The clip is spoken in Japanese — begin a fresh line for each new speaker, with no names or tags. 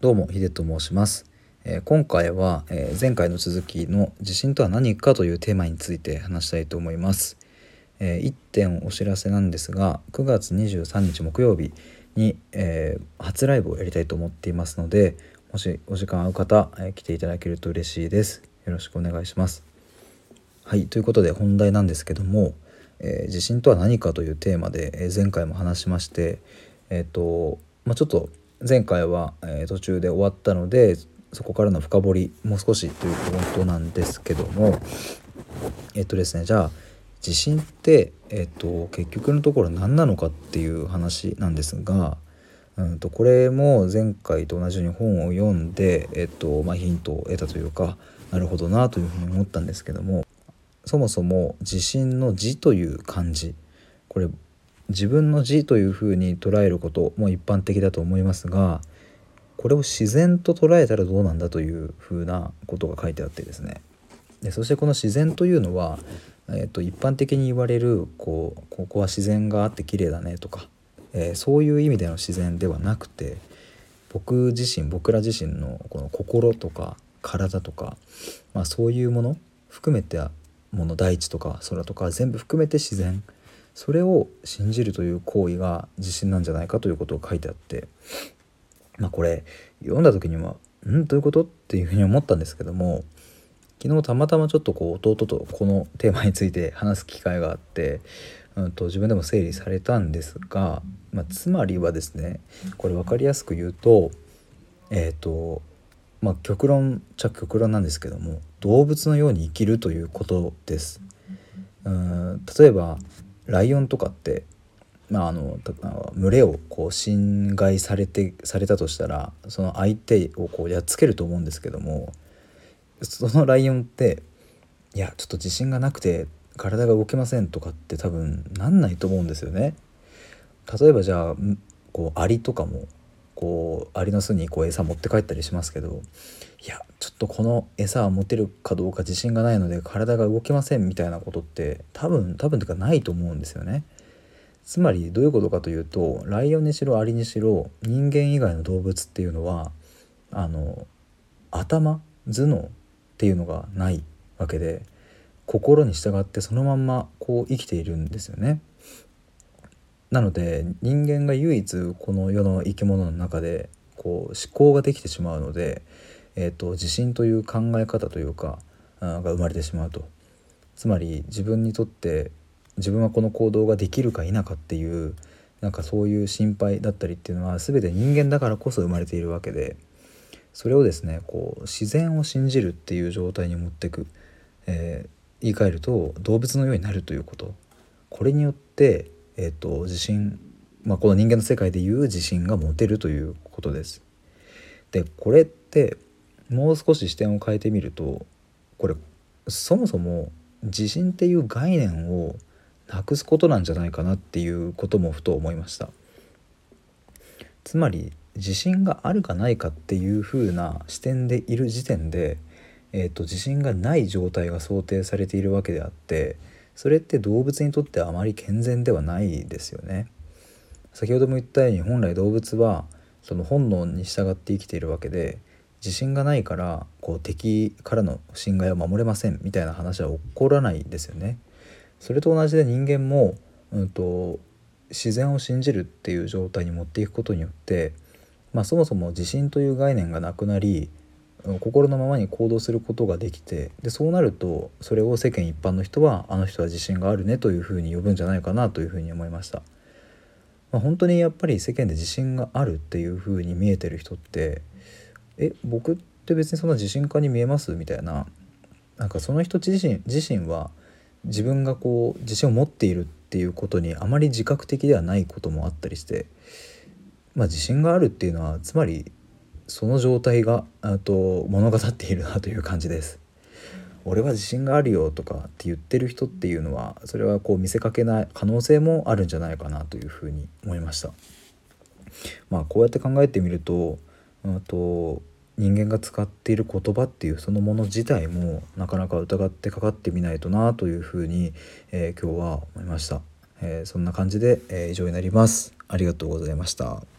どうもヒデと申します。今回は、前回の続きの自信とは何かというテーマについて話したいと思います。1点お知らせなんですが、9月23日木曜日に、初ライブをやりたいと思っていますので、もしお時間合う方、来ていただけると嬉しいです。よろしくお願いします。はい、ということで本題なんですけども、自信とは何かというテーマで、前回も話しまして、ちょっと前回は、途中で終わったので、そこからの深掘りもう少しということなんですけども、ですね、じゃあ自信って、結局のところ何なのかっていう話なんですが、これも前回と同じように本を読んで、ヒントを得たというか、なるほどなというふうに思ったんですけども、そもそも自信の自という漢字、これ自分の自というふうに捉えることも一般的だと思いますが、これを自然と捉えたらどうなんだというふうなことが書いてあってですね。でそしてこの自然というのは、一般的に言われるここは自然があって綺麗だねとか、そういう意味での自然ではなくて、僕ら自身のこの心とか体とか、そういうもの含めて大地とか空とか全部含めて自然、それを信じるという行為が自信なんじゃないかということが書いてあって、これ読んだ時にはどういうことっていうふうに思ったんですけども、昨日たまたまちょっと弟とこのテーマについて話す機会があって、自分でも整理されたんですが、つまりはですね、これ分かりやすく言うと、極論っちゃ極論なんですけども、動物のように生きるということです。例えばライオンとかって、群れを侵害されたとしたら、その相手をやっつけると思うんですけども、そのライオンっていやちょっと自信がなくて体が動けませんとかって多分なんないと思うんですよね。例えばじゃあアリとかもアリの巣に餌持って帰ったりしますけど、いやちょっとこの餌は持てるかどうか自信がないので体が動けませんみたいなことって多分というかないと思うんですよね。つまりどういうことかというと、ライオンにしろアリにしろ人間以外の動物っていうのは頭頭脳っていうのがないわけで、心に従ってそのまんま生きているんですよね。なので人間が唯一この世の生き物の中で思考ができてしまうので、自信という考え方というかが生まれてしまうと。つまり自分にとって自分はこの行動ができるか否かっていう、そういう心配だったりっていうのは全て人間だからこそ生まれているわけで、それをですね自然を信じるっていう状態に持っていく、言い換えると動物のようになるということ、これによって、自信、この人間の世界でいう自信が持てるということです。でこれってもう少し視点を変えてみると、これそもそも自信っていう概念をなくすことなんじゃないかなっていうこともふと思いました。つまり自信があるかないかっていう風な視点でいる時点で、自信がない状態が想定されているわけであって、それって動物にとってあまり健全ではないですよね。先ほども言ったように本来動物はその本能に従って生きているわけで、自信がないから敵からの侵害を守れませんみたいな話は起こらないですよね。それと同じで人間も、自然を信じるっていう状態に持っていくことによって、そもそも自信という概念がなくなり、心のままに行動することができて、でそうなるとそれを世間一般の人はあの人は自信があるねというふうに呼ぶんじゃないかなというふうに思いました。本当にやっぱり世間で自信があるっていうふうに見えてる人って、僕って別にそんな自信家に見えますみたいな、その人自身は自分が自信を持っているっていうことにあまり自覚的ではないこともあったりして、自信があるっていうのはつまりその状態が物語っているなという感じです。俺は自信があるよとかって言ってる人っていうのは、それは見せかけない可能性もあるんじゃないかなというふうに思いました。こうやって考えてみると、人間が使っている言葉っていうそのもの自体もなかなか疑ってかかってみないとなというふうに、今日は思いました。そんな感じで、以上になります。ありがとうございました。